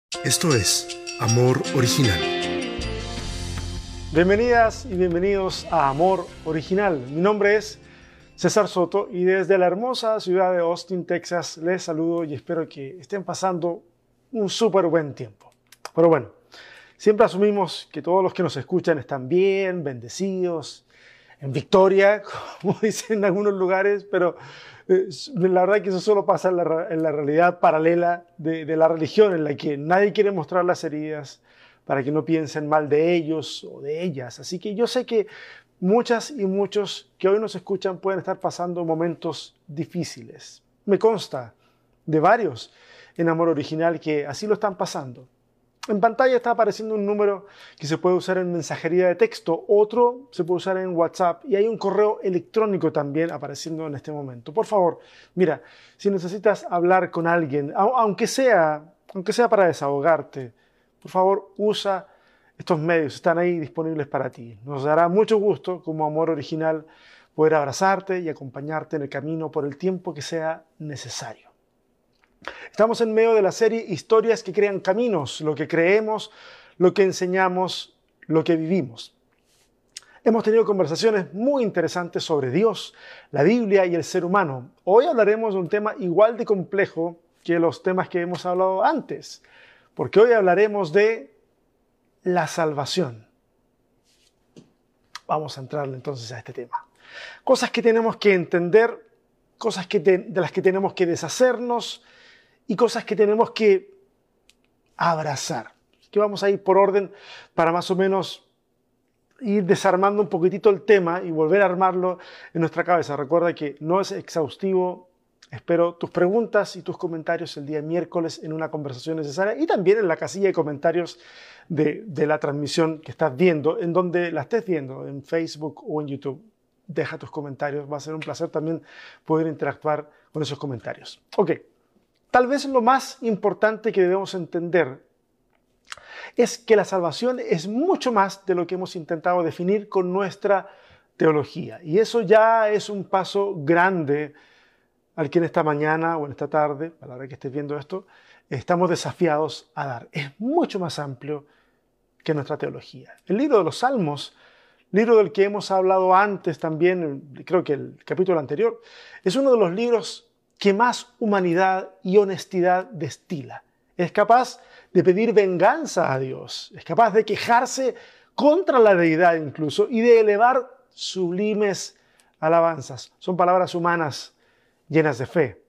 Esto es Amor Original. Bienvenidas y bienvenidos a Amor Original. Mi nombre es César Soto y desde la hermosa ciudad de Austin, Texas, les saludo y espero que estén pasando un súper buen tiempo. Pero bueno, siempre asumimos que todos los que nos escuchan están bien, bendecidos, en victoria, como dicen en algunos lugares, pero la verdad que eso solo pasa en la realidad paralela de la religión, en la que nadie quiere mostrar las heridas para que no piensen mal de ellos o de ellas. Así que yo sé que muchas y muchos que hoy nos escuchan pueden estar pasando momentos difíciles. Me consta de varios en Amor Original que así lo están pasando. En pantalla está apareciendo un número que se puede usar en mensajería de texto, otro se puede usar en WhatsApp y hay un correo electrónico también apareciendo en este momento. Por favor, mira, si necesitas hablar con alguien, aunque sea para desahogarte, por favor usa estos medios, están ahí disponibles para ti. Nos dará mucho gusto como Amor Original poder abrazarte y acompañarte en el camino por el tiempo que sea necesario. Estamos en medio de la serie Historias que crean caminos, lo que creemos, lo que enseñamos, lo que vivimos. Hemos tenido conversaciones muy interesantes sobre Dios, la Biblia y el ser humano. Hoy hablaremos de un tema igual de complejo que los temas que hemos hablado antes, porque hoy hablaremos de la salvación. Vamos a entrarle entonces a este tema. Cosas que tenemos que entender, cosas de las que tenemos que deshacernos, y cosas que tenemos que abrazar. Que vamos a ir por orden para más o menos ir desarmando un poquitito el tema y volver a armarlo en nuestra cabeza. Recuerda que no es exhaustivo. Espero tus preguntas y tus comentarios el día miércoles en una conversación necesaria y también en la casilla de comentarios de la transmisión que estás viendo, en donde la estés viendo, en Facebook o en YouTube. Deja tus comentarios. Va a ser un placer también poder interactuar con esos comentarios. Ok. Tal vez lo más importante que debemos entender es que la salvación es mucho más de lo que hemos intentado definir con nuestra teología. Y eso ya es un paso grande al que en esta mañana o en esta tarde, a la hora que estés viendo esto, estamos desafiados a dar. Es mucho más amplio que nuestra teología. El libro de los Salmos, libro del que hemos hablado antes también, creo que el capítulo anterior, es uno de los libros que más humanidad y honestidad destila. Es capaz de pedir venganza a Dios, es capaz de quejarse contra la deidad incluso y de elevar sublimes alabanzas. Son palabras humanas llenas de fe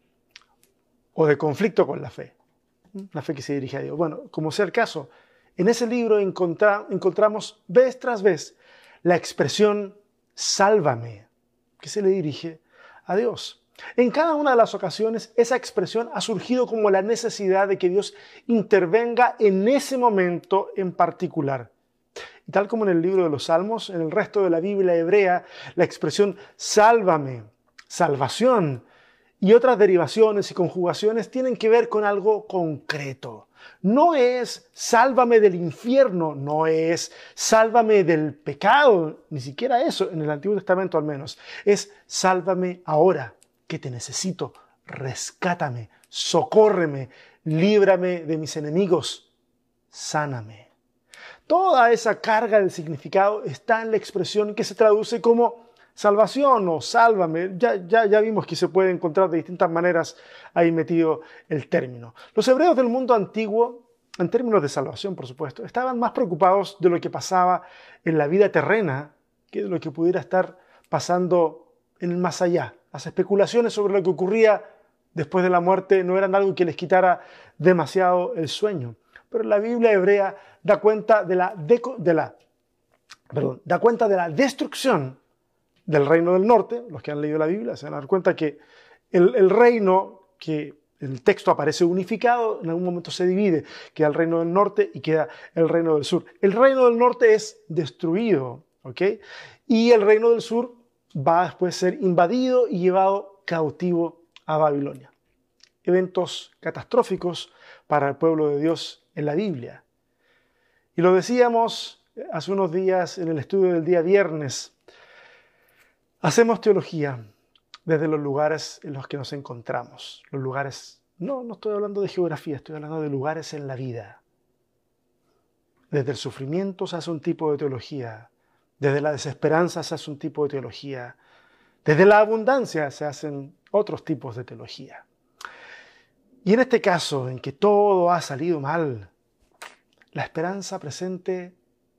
o de conflicto con la fe que se dirige a Dios. Bueno, como sea el caso, en ese libro encontramos vez tras vez la expresión sálvame, que se le dirige a Dios. En cada una de las ocasiones, esa expresión ha surgido como la necesidad de que Dios intervenga en ese momento en particular. Y tal como en el libro de los Salmos, en el resto de la Biblia hebrea, la expresión sálvame, salvación y otras derivaciones y conjugaciones tienen que ver con algo concreto. No es sálvame del infierno, no es sálvame del pecado, ni siquiera eso, en el Antiguo Testamento al menos. Es sálvame ahora, que te necesito, rescátame, socórreme, líbrame de mis enemigos, sáname. Toda esa carga del significado está en la expresión que se traduce como salvación o sálvame. Ya vimos que se puede encontrar de distintas maneras ahí metido el término. Los hebreos del mundo antiguo, en términos de salvación por supuesto, estaban más preocupados de lo que pasaba en la vida terrena que de lo que pudiera estar pasando en el más allá. Las especulaciones sobre lo que ocurría después de la muerte no eran algo que les quitara demasiado el sueño. Pero la Biblia hebrea da cuenta de la destrucción del reino del norte. Los que han leído la Biblia se van a dar cuenta que el reino que en el texto aparece unificado, en algún momento se divide. Queda el reino del norte y queda el reino del sur. El reino del norte es destruido, ¿ok? Y el reino del sur va después a ser invadido y llevado cautivo a Babilonia. Eventos catastróficos para el pueblo de Dios en la Biblia. Y lo decíamos hace unos días en el estudio del día viernes. Hacemos teología desde los lugares en los que nos encontramos, los lugares No estoy hablando de geografía, estoy hablando de lugares en la vida. Desde el sufrimiento se hace un tipo de teología, desde la desesperanza se hace un tipo de teología, desde la abundancia se hacen otros tipos de teología. Y en este caso, en que todo ha salido mal, la esperanza presente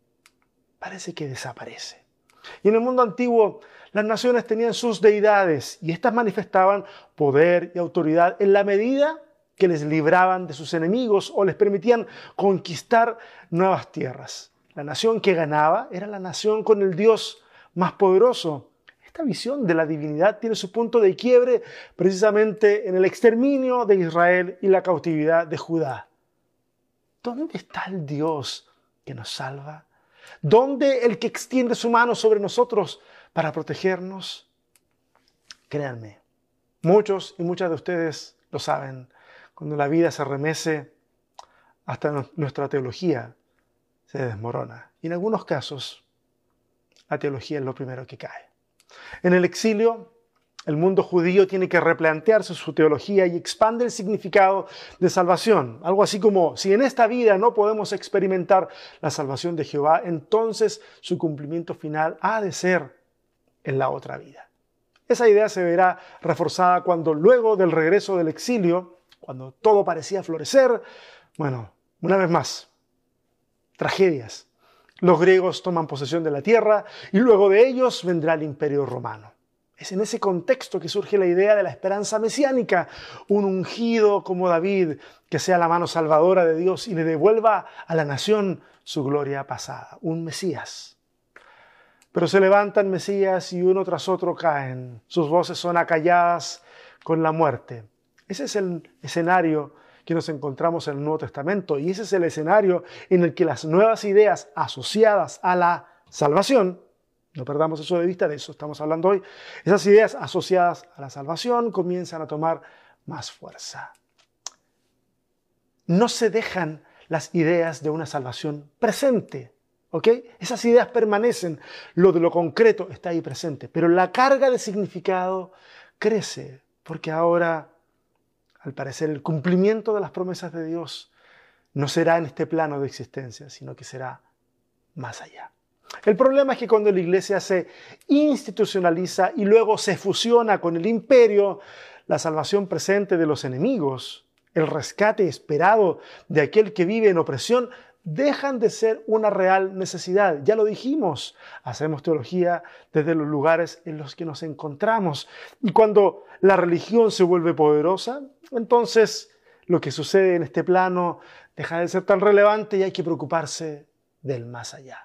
parece que desaparece. Y en el mundo antiguo, las naciones tenían sus deidades y éstas manifestaban poder y autoridad en la medida que les libraban de sus enemigos o les permitían conquistar nuevas tierras. La nación que ganaba era la nación con el Dios más poderoso. Esta visión de la divinidad tiene su punto de quiebre precisamente en el exterminio de Israel y la cautividad de Judá. ¿Dónde está el Dios que nos salva? ¿Dónde el que extiende su mano sobre nosotros para protegernos? Créanme, muchos y muchas de ustedes lo saben. Cuando la vida se remece, hasta nuestra teología se desmorona. Y en algunos casos, la teología es lo primero que cae. En el exilio, el mundo judío tiene que replantearse su teología y expande el significado de salvación. Algo así como, si en esta vida no podemos experimentar la salvación de Jehová, entonces su cumplimiento final ha de ser en la otra vida. Esa idea se verá reforzada cuando luego del regreso del exilio, cuando todo parecía florecer, bueno, una vez más, tragedias. Los griegos toman posesión de la tierra y luego de ellos vendrá el Imperio Romano. Es en ese contexto que surge la idea de la esperanza mesiánica, un ungido como David que sea la mano salvadora de Dios y le devuelva a la nación su gloria pasada, un Mesías. Pero se levantan Mesías y uno tras otro caen, sus voces son acalladas con la muerte. Ese es el escenario que nos encontramos en el Nuevo Testamento y ese es el escenario en el que las nuevas ideas asociadas a la salvación, no perdamos eso de vista, de eso estamos hablando hoy, esas ideas asociadas a la salvación comienzan a tomar más fuerza. No se dejan las ideas de una salvación presente, ¿ok? Esas ideas permanecen, lo de lo concreto está ahí presente, pero la carga de significado crece porque ahora, al parecer, el cumplimiento de las promesas de Dios no será en este plano de existencia, sino que será más allá. El problema es que cuando la iglesia se institucionaliza y luego se fusiona con el imperio, la salvación presente de los enemigos, el rescate esperado de aquel que vive en opresión, dejan de ser una real necesidad. Ya lo dijimos, hacemos teología desde los lugares en los que nos encontramos. Y cuando la religión se vuelve poderosa, entonces lo que sucede en este plano deja de ser tan relevante y hay que preocuparse del más allá.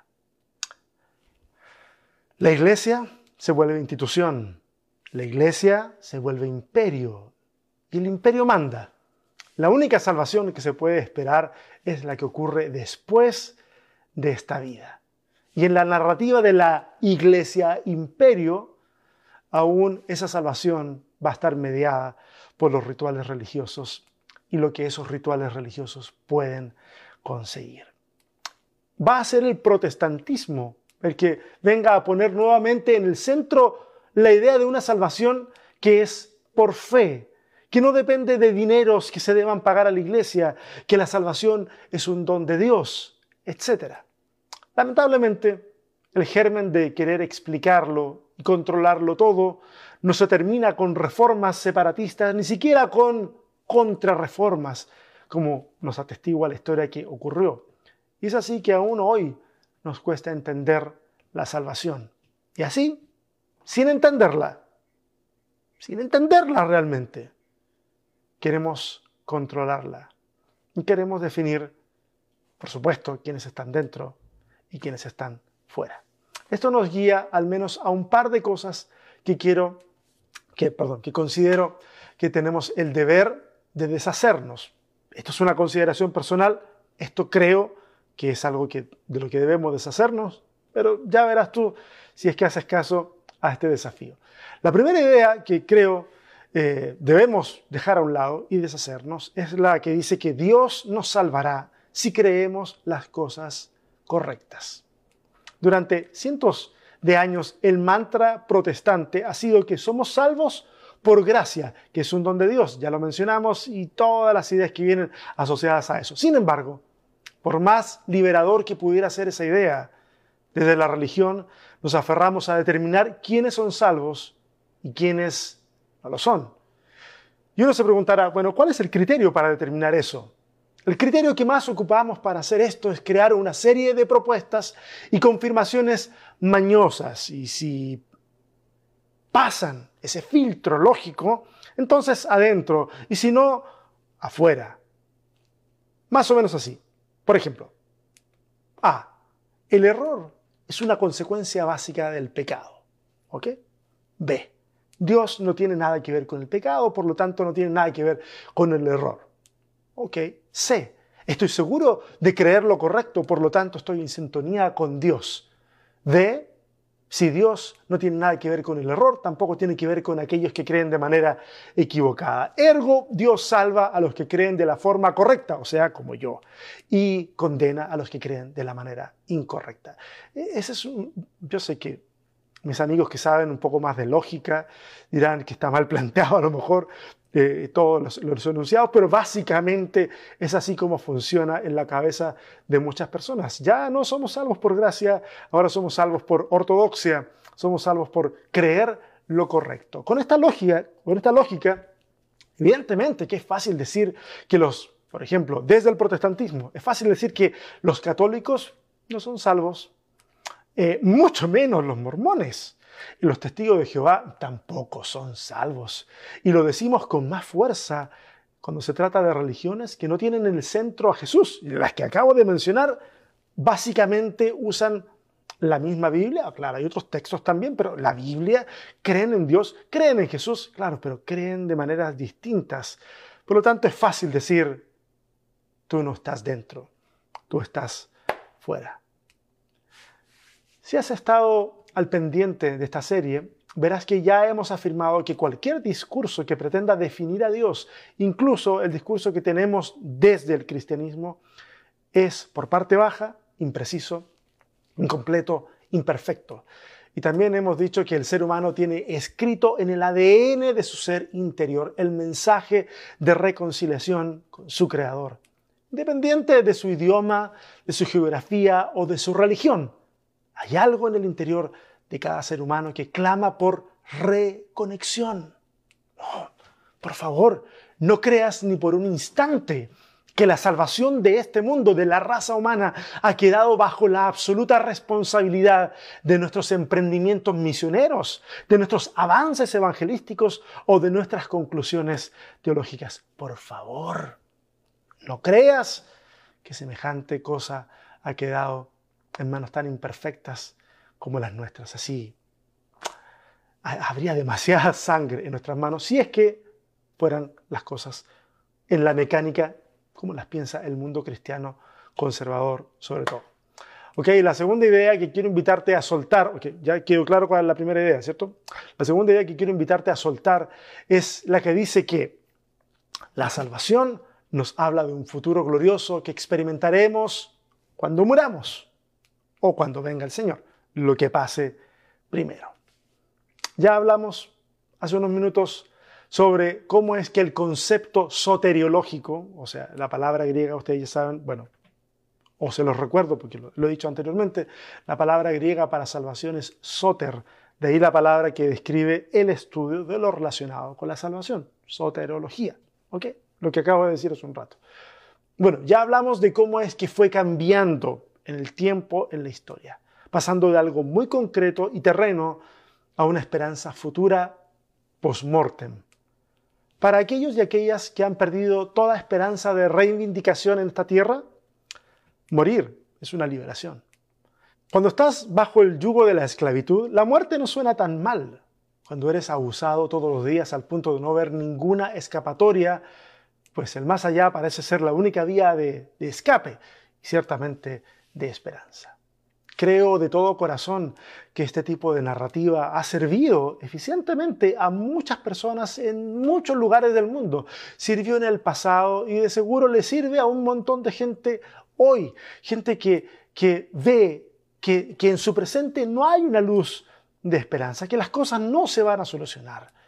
La iglesia se vuelve institución, la iglesia se vuelve imperio y el imperio manda. La única salvación que se puede esperar es la que ocurre después de esta vida. Y en la narrativa de la iglesia imperio, aún esa salvación va a estar mediada por los rituales religiosos y lo que esos rituales religiosos pueden conseguir. Va a ser el protestantismo el que venga a poner nuevamente en el centro la idea de una salvación que es por fe, que no depende de dineros que se deban pagar a la iglesia, que la salvación es un don de Dios, etc. Lamentablemente, el germen de querer explicarlo y controlarlo todo no se termina con reformas separatistas, ni siquiera con contrarreformas, como nos atestigua la historia que ocurrió. Y es así que aún hoy nos cuesta entender la salvación. Y así, sin entenderla realmente, queremos controlarla. Y queremos definir, por supuesto, quiénes están dentro y quiénes están fuera. Esto nos guía al menos a un par de cosas que considero que tenemos el deber de deshacernos. Esto es una consideración personal, esto creo que es algo de lo que debemos deshacernos, pero ya verás tú si es que haces caso a este desafío. La primera idea que creo debemos dejar a un lado y deshacernos es la que dice que Dios nos salvará si creemos las cosas correctas. Durante cientos de años el mantra protestante ha sido que somos salvos por gracia, que es un don de Dios, ya lo mencionamos, y todas las ideas que vienen asociadas a eso. Sin embargo, por más liberador que pudiera ser esa idea, desde la religión nos aferramos a determinar quiénes son salvos y quiénes no lo son. Y uno se preguntará, bueno, ¿cuál es el criterio para determinar eso? El criterio que más ocupamos para hacer esto es crear una serie de propuestas y confirmaciones mañosas. Y si pasan ese filtro lógico, entonces adentro, y si no, afuera. Más o menos así. Por ejemplo, A. El error es una consecuencia básica del pecado. ¿Ok? B. Dios no tiene nada que ver con el pecado, por lo tanto no tiene nada que ver con el error. Ok. C. Estoy seguro de creer lo correcto, por lo tanto estoy en sintonía con Dios. D. Si Dios no tiene nada que ver con el error, tampoco tiene que ver con aquellos que creen de manera equivocada. Ergo, Dios salva a los que creen de la forma correcta, o sea, como yo, y condena a los que creen de la manera incorrecta. Yo sé que mis amigos que saben un poco más de lógica dirán que está mal planteado a lo mejor todos los enunciados, pero básicamente es así como funciona en la cabeza de muchas personas. Ya no somos salvos por gracia, ahora somos salvos por ortodoxia, somos salvos por creer lo correcto. Con esta lógica, evidentemente que es fácil decir que por ejemplo, desde el protestantismo, es fácil decir que los católicos no son salvos, mucho menos los mormones. Y los testigos de Jehová tampoco son salvos. Y lo decimos con más fuerza cuando se trata de religiones que no tienen en el centro a Jesús. Y las que acabo de mencionar básicamente usan la misma Biblia. Claro, hay otros textos también, pero la Biblia, creen en Dios, creen en Jesús, claro, pero creen de maneras distintas. Por lo tanto, es fácil decir, tú no estás dentro, tú estás fuera. Si has estado al pendiente de esta serie, verás que ya hemos afirmado que cualquier discurso que pretenda definir a Dios, incluso el discurso que tenemos desde el cristianismo, es por parte baja, impreciso, incompleto, imperfecto. Y también hemos dicho que el ser humano tiene escrito en el ADN de su ser interior el mensaje de reconciliación con su Creador, independiente de su idioma, de su geografía o de su religión. Hay algo en el interior de cada ser humano que clama por reconexión. No, por favor, no creas ni por un instante que la salvación de este mundo, de la raza humana, ha quedado bajo la absoluta responsabilidad de nuestros emprendimientos misioneros, de nuestros avances evangelísticos o de nuestras conclusiones teológicas. Por favor, no creas que semejante cosa ha quedado en manos tan imperfectas como las nuestras. Así habría demasiada sangre en nuestras manos si es que fueran las cosas en la mecánica como las piensa el mundo cristiano conservador sobre todo. Ok, la segunda idea que quiero invitarte a soltar, okay, ya quedó claro cuál es la primera idea, ¿cierto? La segunda idea que quiero invitarte a soltar es la que dice que la salvación nos habla de un futuro glorioso que experimentaremos cuando muramos o cuando venga el Señor, lo que pase primero. Ya hablamos hace unos minutos sobre cómo es que el concepto soteriológico, o sea, la palabra griega, ustedes ya saben, bueno, o se los recuerdo porque lo he dicho anteriormente, la palabra griega para salvación es soter, de ahí la palabra que describe el estudio de lo relacionado con la salvación, soterología, ¿ok? Lo que acabo de decir hace un rato. Bueno, ya hablamos de cómo es que fue cambiando en el tiempo, en la historia, pasando de algo muy concreto y terreno a una esperanza futura post-mortem. Para aquellos y aquellas que han perdido toda esperanza de reivindicación en esta tierra, morir es una liberación. Cuando estás bajo el yugo de la esclavitud, la muerte no suena tan mal. Cuando eres abusado todos los días al punto de no ver ninguna escapatoria, pues el más allá parece ser la única vía de escape y ciertamente de esperanza. Creo de todo corazón que este tipo de narrativa ha servido eficientemente a muchas personas en muchos lugares del mundo. Sirvió en el pasado y de seguro le sirve a un montón de gente hoy. Gente que ve que en su presente no hay una luz de esperanza, que las cosas no se van a solucionar.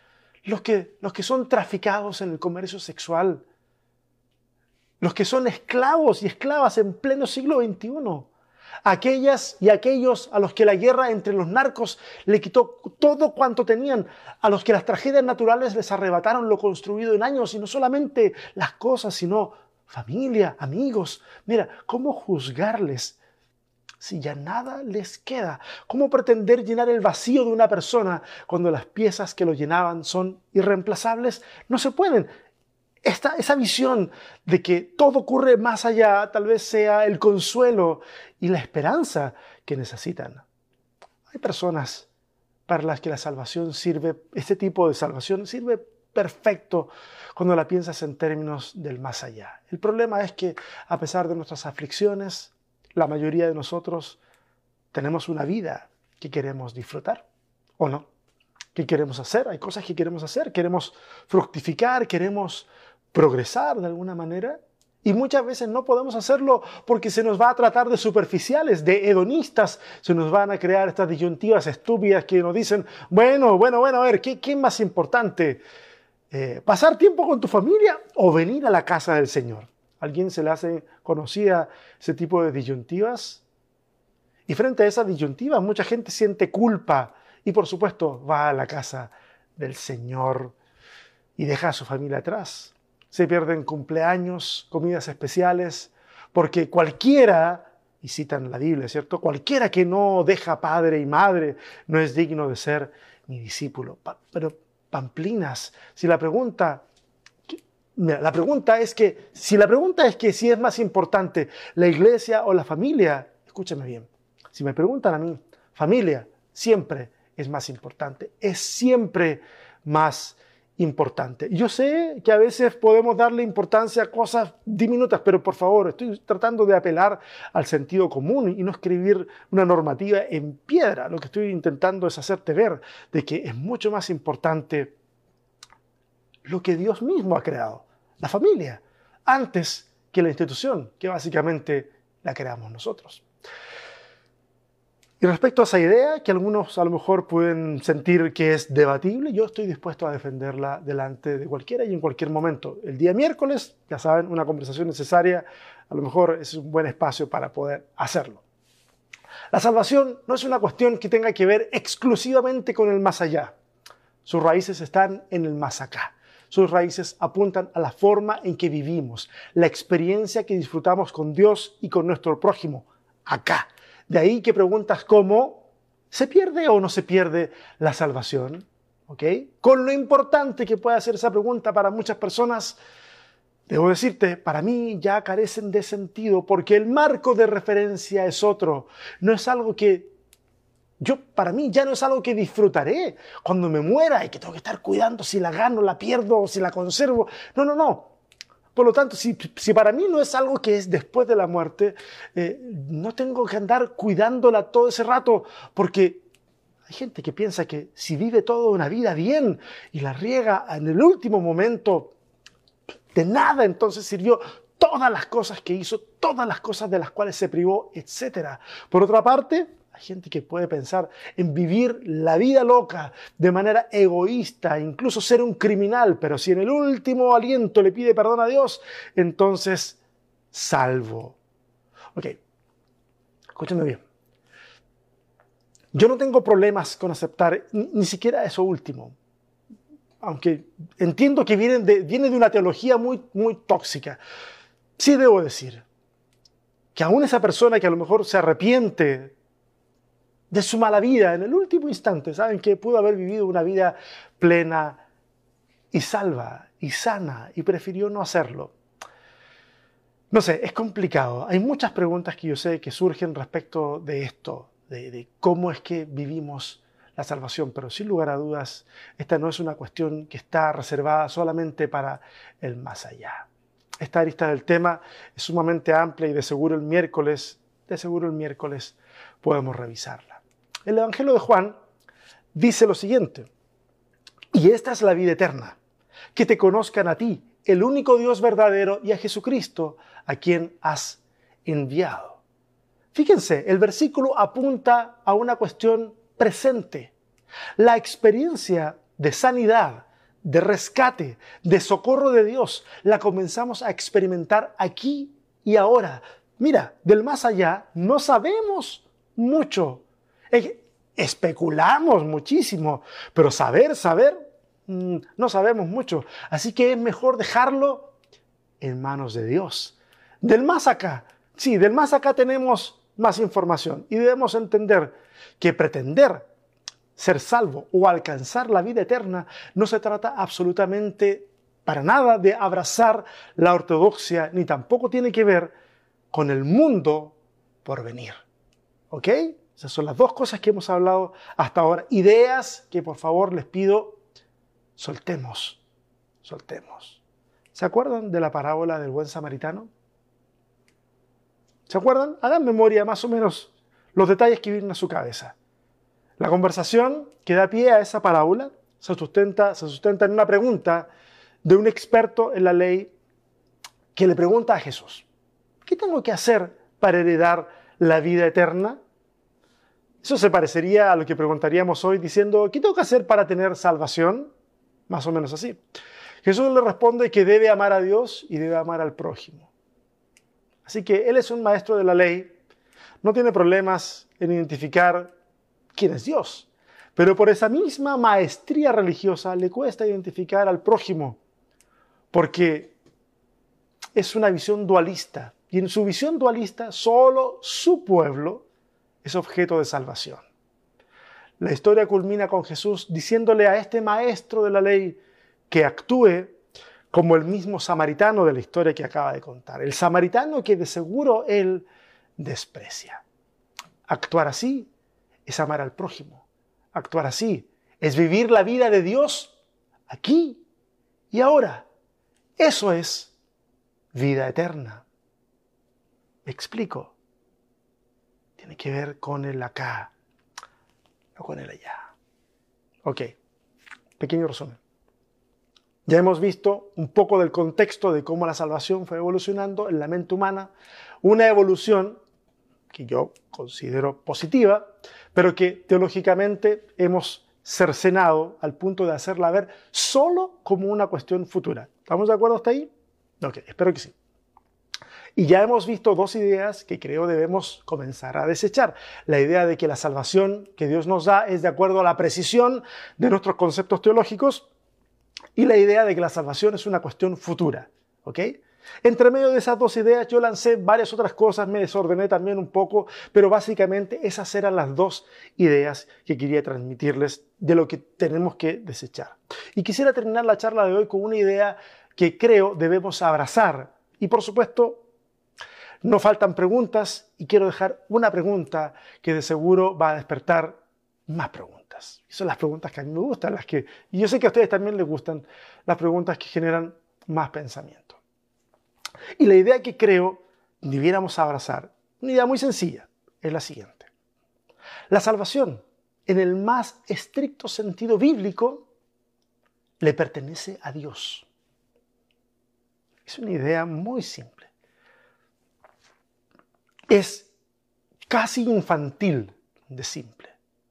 los que son traficados en el comercio sexual, los que son esclavos y esclavas en pleno siglo XXI, aquellas y aquellos a los que la guerra entre los narcos le quitó todo cuanto tenían, a los que las tragedias naturales les arrebataron lo construido en años, y no solamente las cosas, sino familia, amigos. Mira, ¿cómo juzgarles si ya nada les queda? ¿Cómo pretender llenar el vacío de una persona cuando las piezas que lo llenaban son irreemplazables? No se pueden. Esa visión de que todo ocurre más allá tal vez sea el consuelo y la esperanza que necesitan. Hay personas para las que la salvación sirve, este tipo de salvación sirve perfecto cuando la piensas en términos del más allá. El problema es que a pesar de nuestras aflicciones, la mayoría de nosotros tenemos una vida que queremos disfrutar, ¿o no? ¿Qué queremos hacer? Hay cosas que queremos hacer, queremos fructificar, queremos progresar de alguna manera, y muchas veces no podemos hacerlo porque se nos va a tratar de superficiales, de hedonistas, se nos van a crear estas disyuntivas estúpidas que nos dicen, bueno, a ver, ¿qué es más importante? ¿Pasar tiempo con tu familia o venir a la casa del Señor? ¿A alguien se le hace conocida ese tipo de disyuntivas? Y frente a esas disyuntivas mucha gente siente culpa y por supuesto va a la casa del Señor y deja a su familia atrás. Se pierden cumpleaños, comidas especiales, porque cualquiera, y citan la Biblia, ¿cierto? Cualquiera que no deja padre y madre no es digno de ser mi discípulo. Pero pamplinas, si la pregunta es que si es más importante la iglesia o la familia, escúchame bien, si me preguntan a mí, familia siempre es más importante, es siempre más importante. Yo sé que a veces podemos darle importancia a cosas diminutas, pero por favor, estoy tratando de apelar al sentido común y no escribir una normativa en piedra. Lo que estoy intentando es hacerte ver de que es mucho más importante lo que Dios mismo ha creado, la familia, antes que la institución, que básicamente la creamos nosotros. Y respecto a esa idea, que algunos a lo mejor pueden sentir que es debatible, yo estoy dispuesto a defenderla delante de cualquiera y en cualquier momento. El día miércoles, ya saben, una conversación necesaria, a lo mejor es un buen espacio para poder hacerlo. La salvación no es una cuestión que tenga que ver exclusivamente con el más allá. Sus raíces están en el más acá. Sus raíces apuntan a la forma en que vivimos, la experiencia que disfrutamos con Dios y con nuestro prójimo, acá. De ahí que preguntas cómo se pierde o no se pierde la salvación, ¿ok? Con lo importante que puede ser esa pregunta para muchas personas, debo decirte, para mí ya carecen de sentido porque el marco de referencia es otro. No es algo que para mí ya no es algo que disfrutaré cuando me muera y que tengo que estar cuidando si la gano, la pierdo o si la conservo. No. Por lo tanto, si para mí no es algo que es después de la muerte, no tengo que andar cuidándola todo ese rato, porque hay gente que piensa que si vive toda una vida bien y la riega en el último momento, de nada entonces sirvió todas las cosas que hizo, todas las cosas de las cuales se privó, etc. Por otra parte, hay gente que puede pensar en vivir la vida loca de manera egoísta, incluso ser un criminal, pero si en el último aliento le pide perdón a Dios, entonces salvo. Ok, escúchame bien. Yo no tengo problemas con aceptar ni siquiera eso último, aunque entiendo que viene de una teología muy tóxica. Sí debo decir que aún esa persona que a lo mejor se arrepiente de su mala vida en el último instante, saben que pudo haber vivido una vida plena y salva y sana y prefirió no hacerlo. No sé, es complicado. Hay muchas preguntas que yo sé que surgen respecto de esto, de cómo es que vivimos la salvación, pero sin lugar a dudas, esta no es una cuestión que está reservada solamente para el más allá. Esta arista del tema es sumamente amplia y de seguro el miércoles podemos revisarla. El Evangelio de Juan dice lo siguiente: y esta es la vida eterna, que te conozcan a ti, el único Dios verdadero, y a Jesucristo, a quien has enviado. Fíjense, el versículo apunta a una cuestión presente. La experiencia de sanidad, de rescate, de socorro de Dios, la comenzamos a experimentar aquí y ahora. Mira, del más allá no sabemos mucho. Especulamos muchísimo, pero saber, no sabemos mucho. Así que es mejor dejarlo en manos de Dios. Del más acá, sí, del más acá tenemos más información y debemos entender que pretender ser salvo o alcanzar la vida eterna no se trata absolutamente para nada de abrazar la ortodoxia, ni tampoco tiene que ver con el mundo por venir. ¿Ok? Esas son las dos cosas que hemos hablado hasta ahora. Ideas que por favor les pido soltemos. ¿Se acuerdan de la parábola del buen samaritano? ¿Se acuerdan? Hagan memoria más o menos los detalles que vienen a su cabeza. La conversación que da pie a esa parábola se sustenta en una pregunta de un experto en la ley que le pregunta a Jesús: ¿qué tengo que hacer para heredar la vida eterna? Eso se parecería a lo que preguntaríamos hoy diciendo: ¿qué tengo que hacer para tener salvación? Más o menos así. Jesús le responde que debe amar a Dios y debe amar al prójimo. Así que él es un maestro de la ley, no tiene problemas en identificar quién es Dios, pero por esa misma maestría religiosa le cuesta identificar al prójimo, porque es una visión dualista, y en su visión dualista solo su pueblo es objeto de salvación. La historia culmina con Jesús diciéndole a este maestro de la ley que actúe como el mismo samaritano de la historia que acaba de contar. El samaritano que de seguro él desprecia. Actuar así es amar al prójimo. Actuar así es vivir la vida de Dios aquí y ahora. Eso es vida eterna. ¿Me explico? Tiene que ver con el acá, no con el allá. Ok, pequeño resumen. Ya hemos visto un poco del contexto de cómo la salvación fue evolucionando en la mente humana, una evolución que yo considero positiva, pero que teológicamente hemos cercenado al punto de hacerla ver solo como una cuestión futura. ¿Estamos de acuerdo hasta ahí? Ok, espero que sí. Y ya hemos visto dos ideas que creo debemos comenzar a desechar. La idea de que la salvación que Dios nos da es de acuerdo a la precisión de nuestros conceptos teológicos, y la idea de que la salvación es una cuestión futura, ¿ok? Entre medio de esas dos ideas yo lancé varias otras cosas, me desordené también un poco, pero básicamente esas eran las dos ideas que quería transmitirles de lo que tenemos que desechar. Y quisiera terminar la charla de hoy con una idea que creo debemos abrazar. Y por supuesto, no faltan preguntas y quiero dejar una pregunta que de seguro va a despertar más preguntas. Y son las preguntas que a mí me gustan, y yo sé que a ustedes también les gustan, las preguntas que generan más pensamiento. Y la idea que creo debiéramos abrazar, una idea muy sencilla, es la siguiente. La salvación, en el más estricto sentido bíblico, le pertenece a Dios. Es una idea muy simple. Es casi infantil de simple.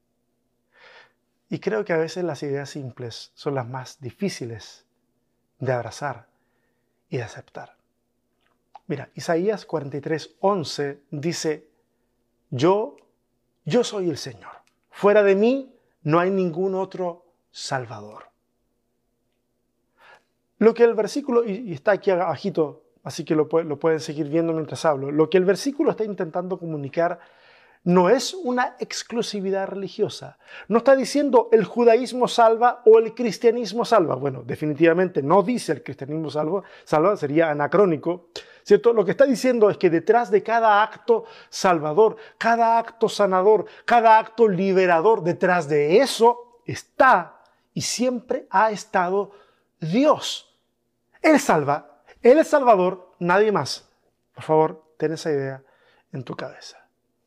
Y creo que a veces las ideas simples son las más difíciles de abrazar y de aceptar. Mira, Isaías 43:11 dice: Yo soy el Señor. Fuera de mí no hay ningún otro Salvador. Lo que el versículo, y está aquí abajito, así que lo pueden seguir viendo mientras hablo, lo que el versículo está intentando comunicar no es una exclusividad religiosa. No está diciendo el judaísmo salva o el cristianismo salva. Bueno, definitivamente no dice el cristianismo salva, sería anacrónico, ¿cierto? Lo que está diciendo es que detrás de cada acto salvador, cada acto sanador, cada acto liberador, detrás de eso está y siempre ha estado Dios. Él salva, Él es Salvador, nadie más. Por favor, ten esa idea en tu cabeza.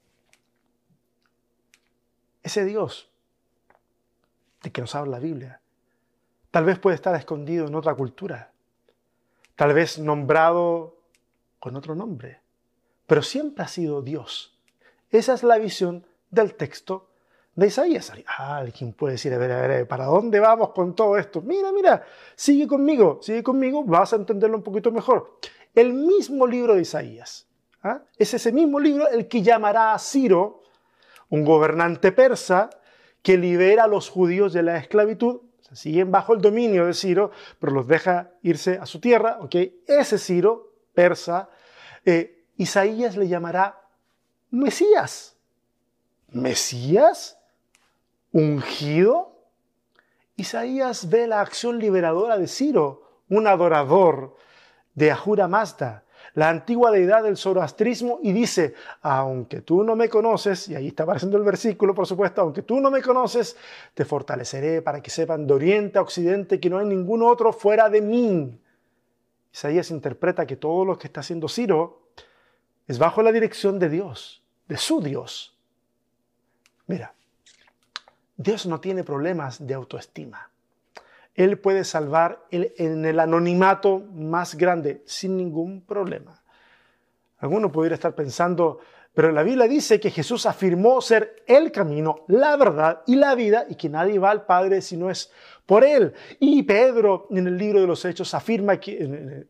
Ese Dios de que nos habla la Biblia, tal vez puede estar escondido en otra cultura, tal vez nombrado con otro nombre, pero siempre ha sido Dios. Esa es la visión del texto de Isaías. Alguien puede decir, a ver, ¿para dónde vamos con todo esto? Mira, sigue conmigo, vas a entenderlo un poquito mejor. El mismo libro de Isaías, es ese mismo libro el que llamará a Ciro, un gobernante persa, que libera a los judíos de la esclavitud. O sea, siguen bajo el dominio de Ciro, pero los deja irse a su tierra. Ese Ciro, persa, Isaías le llamará Mesías. ¿Mesías? ¿Ungido? Isaías ve la acción liberadora de Ciro, un adorador de Ahura Mazda, la antigua deidad del zoroastrismo, y dice, aunque tú no me conoces, y ahí está apareciendo el versículo, por supuesto, aunque tú no me conoces, te fortaleceré para que sepan de oriente a occidente que no hay ningún otro fuera de mí. Isaías interpreta que todo lo que está haciendo Ciro es bajo la dirección de Dios, de su Dios. Mira, Dios no tiene problemas de autoestima. Él puede salvar en el anonimato más grande sin ningún problema. Alguno pudiera estar pensando, pero la Biblia dice que Jesús afirmó ser el camino, la verdad y la vida, y que nadie va al Padre si no es por Él. Y Pedro, en el libro de los Hechos, afirma que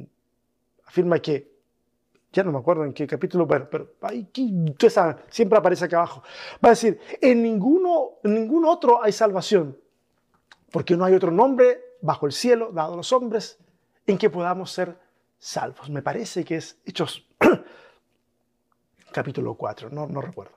ya no me acuerdo en qué capítulo, pero ustedes saben, siempre aparece acá abajo. Va a decir, en ningún otro hay salvación, porque no hay otro nombre bajo el cielo dado a los hombres en que podamos ser salvos. Me parece que es Hechos capítulo 4, no recuerdo.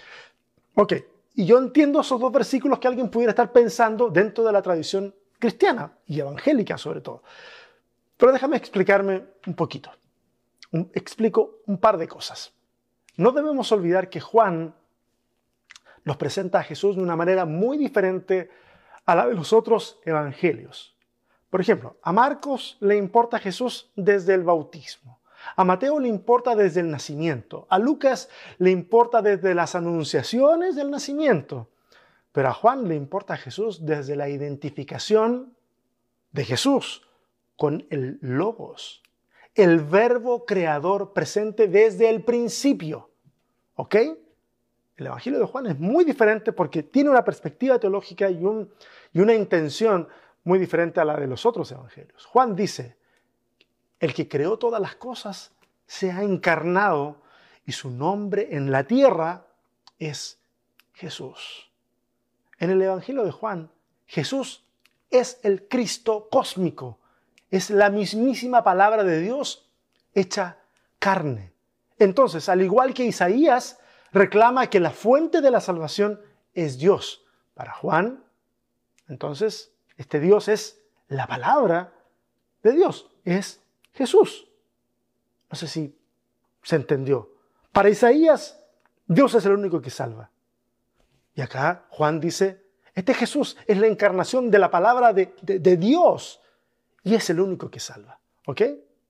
Y yo entiendo esos dos versículos que alguien pudiera estar pensando dentro de la tradición cristiana y evangélica sobre todo. Pero déjame explicarme un poquito. Explico un par de cosas. No debemos olvidar que Juan nos presenta a Jesús de una manera muy diferente a la de los otros evangelios. Por ejemplo, a Marcos le importa a Jesús desde el bautismo. A Mateo le importa desde el nacimiento. A Lucas le importa desde las anunciaciones del nacimiento. Pero a Juan le importa a Jesús desde la identificación de Jesús con el Logos, el verbo creador presente desde el principio. ¿Ok? El Evangelio de Juan es muy diferente porque tiene una perspectiva teológica y una intención muy diferente a la de los otros evangelios. Juan dice, el que creó todas las cosas se ha encarnado y su nombre en la tierra es Jesús. En el Evangelio de Juan, Jesús es el Cristo cósmico, es la mismísima palabra de Dios hecha carne. Entonces, al igual que Isaías reclama que la fuente de la salvación es Dios, para Juan, entonces, este Dios es la palabra de Dios, es Jesús. No sé si se entendió. Para Isaías, Dios es el único que salva. Y acá Juan dice, este Jesús es la encarnación de la palabra de Dios y es el único que salva. ¿Ok?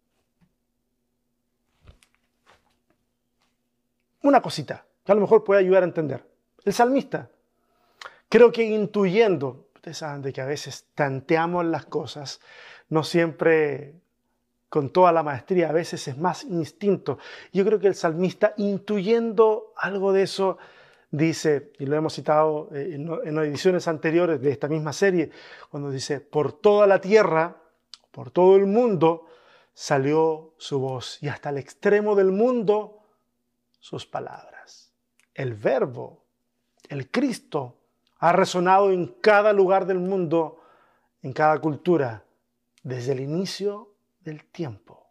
Una cosita que a lo mejor puede ayudar a entender. El salmista, creo que intuyendo, ustedes saben de que a veces tanteamos las cosas, no siempre con toda la maestría, a veces es más instinto. Yo creo que el salmista, intuyendo algo de eso, dice, y lo hemos citado en ediciones anteriores de esta misma serie, cuando dice, por toda la tierra, por todo el mundo, salió su voz, y hasta el extremo del mundo, sus palabras. El verbo, el Cristo, ha resonado en cada lugar del mundo, en cada cultura, desde el inicio del tiempo.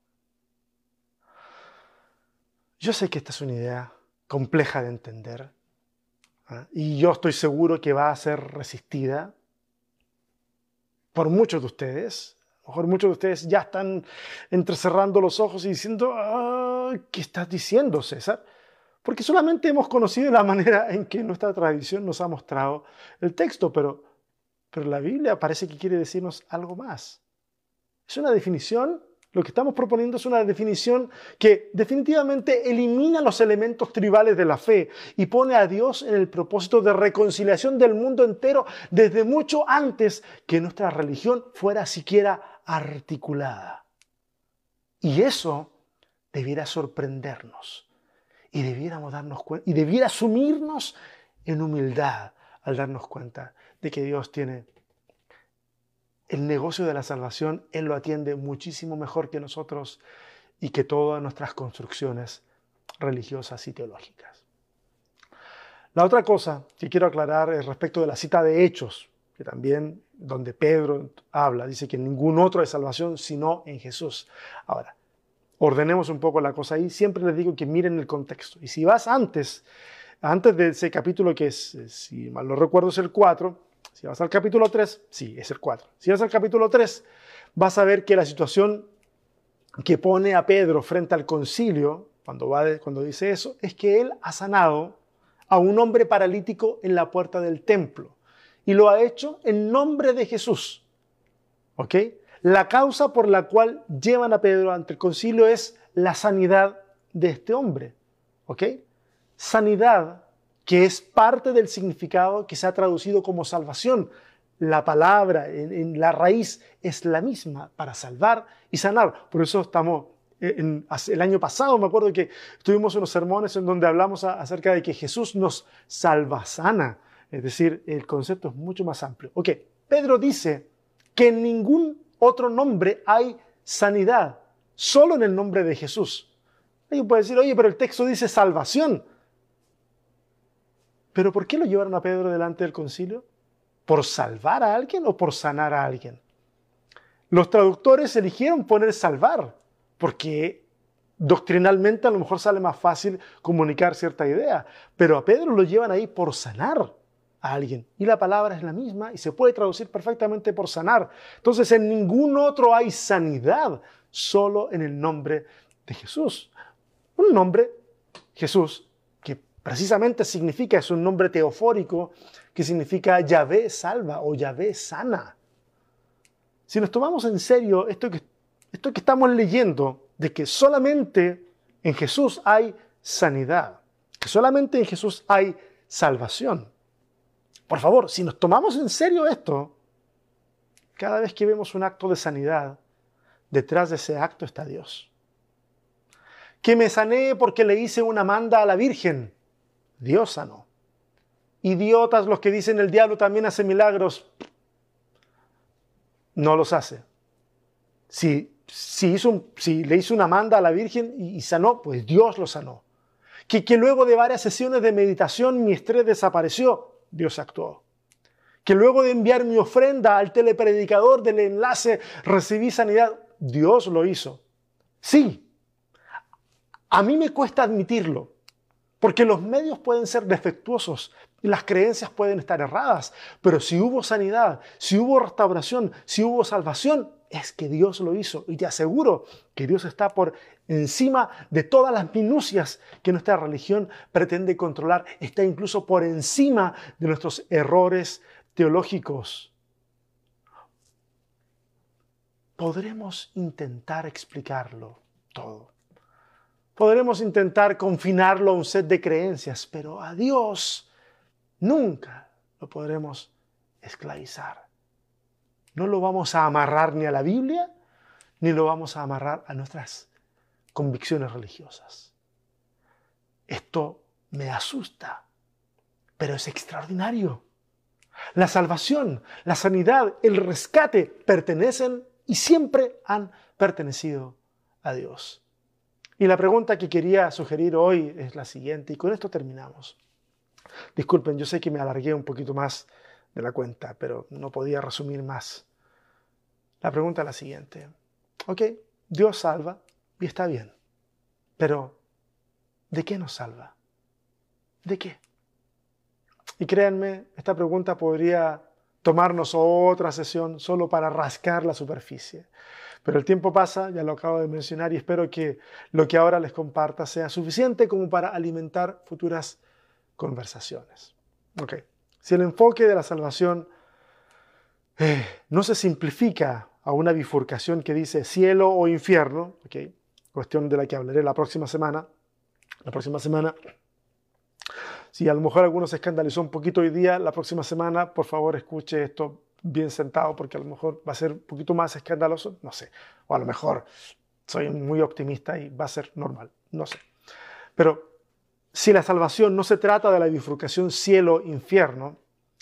Yo sé que esta es una idea compleja de entender, y yo estoy seguro que va a ser resistida por muchos de ustedes. A lo mejor muchos de ustedes ya están entrecerrando los ojos y diciendo, ¿qué estás diciendo, César? Porque solamente hemos conocido la manera en que nuestra tradición nos ha mostrado el texto, pero la Biblia parece que quiere decirnos algo más. Es una definición, lo que estamos proponiendo es una definición que definitivamente elimina los elementos tribales de la fe y pone a Dios en el propósito de reconciliación del mundo entero desde mucho antes que nuestra religión fuera siquiera articulada. Y eso debiera sorprendernos y debiéramos darnos cuenta y debiera sumirnos en humildad al darnos cuenta de que Dios tiene el negocio de la salvación, Él lo atiende muchísimo mejor que nosotros y que todas nuestras construcciones religiosas y teológicas. La otra cosa que quiero aclarar es respecto de la cita de Hechos, que también donde Pedro habla, dice que ningún otro hay salvación sino en Jesús. Ahora, ordenemos un poco la cosa ahí. Siempre les digo que miren el contexto. Y si vas antes de ese capítulo que es, si mal no recuerdo, es el 4, si vas al capítulo 3, sí, es el 4. Si vas al capítulo 3, vas a ver que la situación que pone a Pedro frente al concilio, cuando dice eso, es que él ha sanado a un hombre paralítico en la puerta del templo. Y lo ha hecho en nombre de Jesús. ¿Ok? La causa por la cual llevan a Pedro ante el concilio es la sanidad de este hombre. ¿Ok? Sanidad que es parte del significado que se ha traducido como salvación. La palabra en la raíz es la misma para salvar y sanar. Por eso estamos, el año pasado me acuerdo que tuvimos unos sermones en donde hablamos acerca de que Jesús nos salva, sana. Es decir, el concepto es mucho más amplio. Ok, Pedro dice que en ningún otro nombre hay sanidad, solo en el nombre de Jesús. Alguien puede decir, oye, pero el texto dice salvación. ¿Pero por qué lo llevaron a Pedro delante del concilio? ¿Por salvar a alguien o por sanar a alguien? Los traductores eligieron poner salvar, porque doctrinalmente a lo mejor sale más fácil comunicar cierta idea, pero a Pedro lo llevan ahí por sanar a alguien. Y la palabra es la misma y se puede traducir perfectamente por sanar. Entonces en ningún otro hay sanidad, solo en el nombre de Jesús. Un nombre, Jesús, que precisamente significa, es un nombre teofórico, que significa Yahvé salva o Yahvé sana. Si nos tomamos en serio esto que estamos leyendo, de que solamente en Jesús hay sanidad, que solamente en Jesús hay salvación. Por favor, si nos tomamos en serio esto, cada vez que vemos un acto de sanidad, detrás de ese acto está Dios. Que me sané porque le hice una manda a la Virgen, Dios sanó. Idiotas los que dicen el diablo también hace milagros, no los hace. Si le hizo una manda a la Virgen y sanó, pues Dios lo sanó. Que luego de varias sesiones de meditación mi estrés desapareció, Dios actuó. Que luego de enviar mi ofrenda al telepredicador del enlace recibí sanidad, Dios lo hizo. Sí, a mí me cuesta admitirlo, porque los medios pueden ser defectuosos y las creencias pueden estar erradas, pero si hubo sanidad, si hubo restauración, si hubo salvación, es que Dios lo hizo. Y te aseguro que Dios está por encima de todas las minucias que nuestra religión pretende controlar. Está incluso por encima de nuestros errores teológicos. Podremos intentar explicarlo todo. Podremos intentar confinarlo a un set de creencias, pero a Dios nunca lo podremos esclavizar. No lo vamos a amarrar ni a la Biblia, ni lo vamos a amarrar a nuestras convicciones religiosas. Esto me asusta, pero es extraordinario. La salvación, la sanidad, el rescate pertenecen y siempre han pertenecido a Dios. Y la pregunta que quería sugerir hoy es la siguiente, y con esto terminamos. Disculpen, yo sé que me alargué un poquito más de la cuenta, pero no podía resumir más. La pregunta es la siguiente. Ok, Dios salva y está bien, pero ¿de qué nos salva? ¿De qué? Y créanme, esta pregunta podría tomarnos otra sesión solo para rascar la superficie. Pero el tiempo pasa, ya lo acabo de mencionar, y espero que lo que ahora les comparta sea suficiente como para alimentar futuras conversaciones. Ok, si el enfoque de la salvación no se simplifica a una bifurcación que dice cielo o infierno, okay, cuestión de la que hablaré la próxima semana, si a lo mejor alguno se escandalizó un poquito hoy día, la próxima semana, por favor, escuche esto bien sentado, porque a lo mejor va a ser un poquito más escandaloso, no sé. O a lo mejor soy muy optimista y va a ser normal, no sé. Pero si la salvación no se trata de la bifurcación cielo-infierno,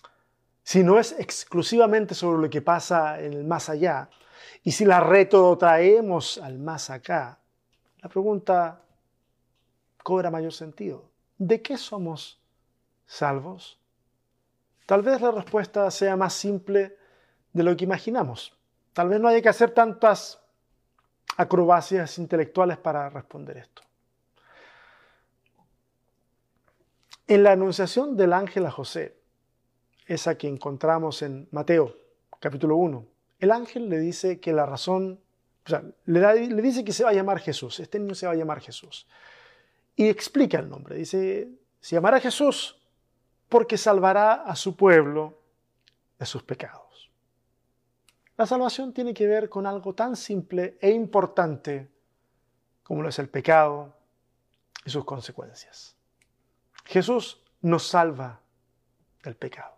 si no es exclusivamente sobre lo que pasa en el más allá, y si la retrotraemos al más acá, la pregunta cobra mayor sentido. ¿De qué somos salvos? Tal vez la respuesta sea más simple de lo que imaginamos. Tal vez no haya que hacer tantas acrobacias intelectuales para responder esto. En la anunciación del ángel a José, esa que encontramos en Mateo, capítulo 1, el ángel le dice que la razón, le dice que se va a llamar Jesús, este niño se va a llamar Jesús. Y explica el nombre, dice, se llamará Jesús porque salvará a su pueblo de sus pecados. La salvación tiene que ver con algo tan simple e importante como lo es el pecado y sus consecuencias. Jesús nos salva del pecado,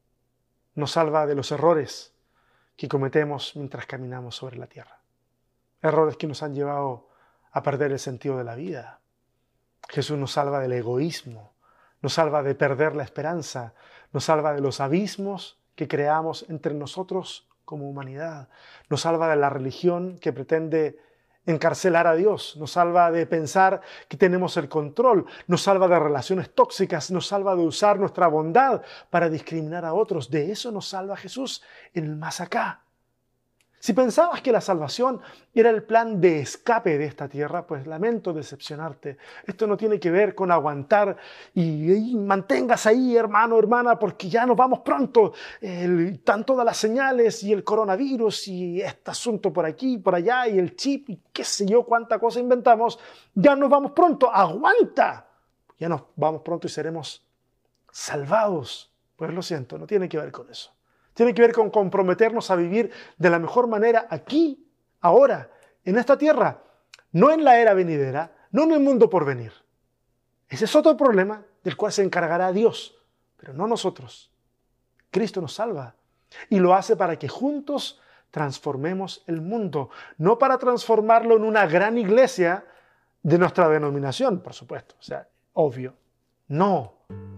nos salva de los errores que cometemos mientras caminamos sobre la tierra. Errores que nos han llevado a perder el sentido de la vida. Jesús nos salva del egoísmo, nos salva de perder la esperanza, nos salva de los abismos que creamos entre nosotros como humanidad, nos salva de la religión que pretende encarcelar a Dios, nos salva de pensar que tenemos el control, nos salva de relaciones tóxicas, nos salva de usar nuestra bondad para discriminar a otros. De eso nos salva Jesús en el más acá. Si pensabas que la salvación era el plan de escape de esta tierra, pues lamento decepcionarte. Esto no tiene que ver con aguantar y mantengas ahí, hermano, hermana, porque ya nos vamos pronto. Están todas las señales y el coronavirus y este asunto por aquí, por allá y el chip y qué sé yo cuánta cosa inventamos. Ya nos vamos pronto, aguanta. Ya nos vamos pronto y seremos salvados. Pues lo siento, no tiene que ver con eso. Tiene que ver con comprometernos a vivir de la mejor manera aquí, ahora, en esta tierra, no en la era venidera, no en el mundo por venir. Ese es otro problema del cual se encargará Dios, pero no nosotros. Cristo nos salva y lo hace para que juntos transformemos el mundo, no para transformarlo en una gran iglesia de nuestra denominación, por supuesto, o sea, obvio. No.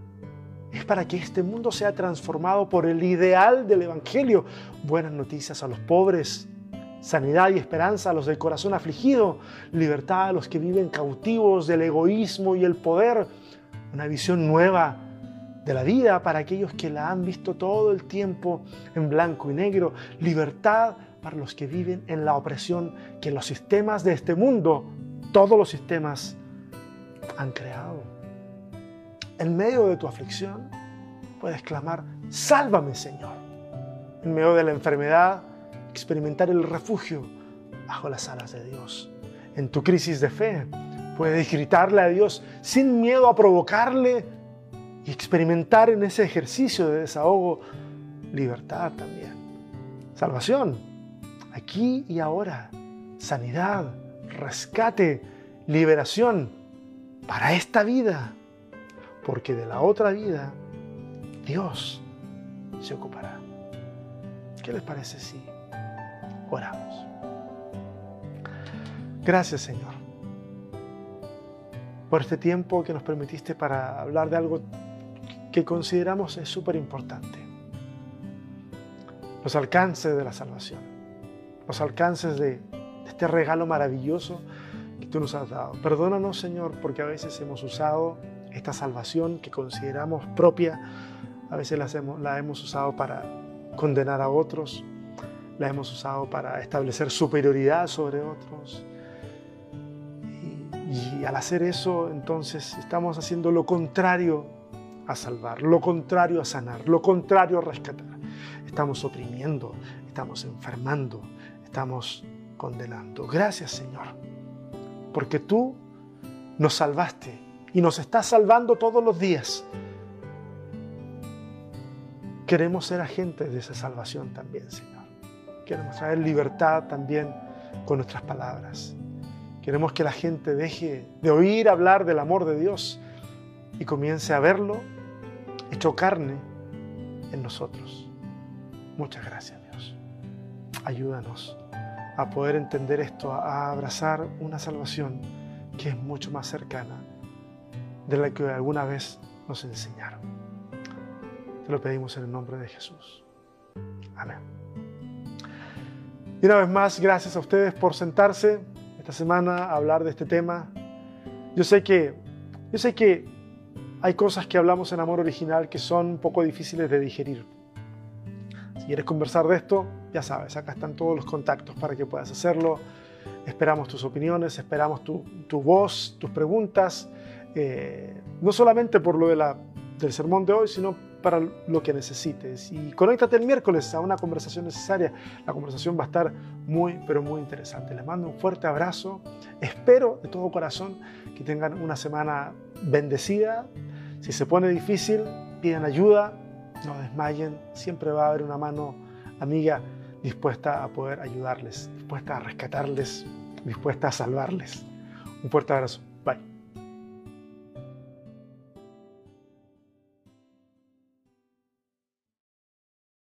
Es para que este mundo sea transformado por el ideal del Evangelio. Buenas noticias a los pobres, sanidad y esperanza a los del corazón afligido, libertad a los que viven cautivos del egoísmo y el poder, una visión nueva de la vida para aquellos que la han visto todo el tiempo en blanco y negro, libertad para los que viven en la opresión que los sistemas de este mundo, todos los sistemas, han creado. En medio de tu aflicción, puedes clamar, sálvame, Señor. En medio de la enfermedad, experimentar el refugio bajo las alas de Dios. En tu crisis de fe, puedes gritarle a Dios sin miedo a provocarle y experimentar en ese ejercicio de desahogo libertad también. Salvación, aquí y ahora. Sanidad, rescate, liberación para esta vida. Porque de la otra vida, Dios se ocupará. ¿Qué les parece si oramos? Gracias, Señor, por este tiempo que nos permitiste para hablar de algo que consideramos es súper importante. Los alcances de la salvación, los alcances de este regalo maravilloso que tú nos has dado. Perdónanos, Señor, porque a veces hemos usado esta salvación que consideramos propia, a veces la hemos usado para condenar a otros, la hemos usado para establecer superioridad sobre otros. Y al hacer eso, entonces estamos haciendo lo contrario a salvar, lo contrario a sanar, lo contrario a rescatar. Estamos oprimiendo, estamos enfermando, estamos condenando. Gracias, Señor, porque tú nos salvaste y nos está salvando todos los días. Queremos ser agentes de esa salvación también, Señor. Queremos traer libertad también con nuestras palabras. Queremos que la gente deje de oír hablar del amor de Dios y comience a verlo hecho carne en nosotros. Muchas gracias, Dios. Ayúdanos a poder entender esto, a abrazar una salvación que es mucho más cercana de la que alguna vez nos enseñaron. Te lo pedimos en el nombre de Jesús. Amén. Y una vez más, gracias a ustedes por sentarse esta semana a hablar de este tema. Yo sé que hay cosas que hablamos en Amor Original que son un poco difíciles de digerir. Si quieres conversar de esto, ya sabes, acá están todos los contactos para que puedas hacerlo. Esperamos tus opiniones, esperamos tu voz, tus preguntas, no solamente por lo del sermón de hoy, sino para lo que necesites. Y conéctate el miércoles a una conversación necesaria. La conversación va a estar muy, pero muy interesante. Les mando un fuerte abrazo. Espero de todo corazón que tengan una semana bendecida. Si se pone difícil, pidan ayuda, no desmayen. Siempre va a haber una mano amiga dispuesta a poder ayudarles, dispuesta a rescatarles, dispuesta a salvarles. Un fuerte abrazo.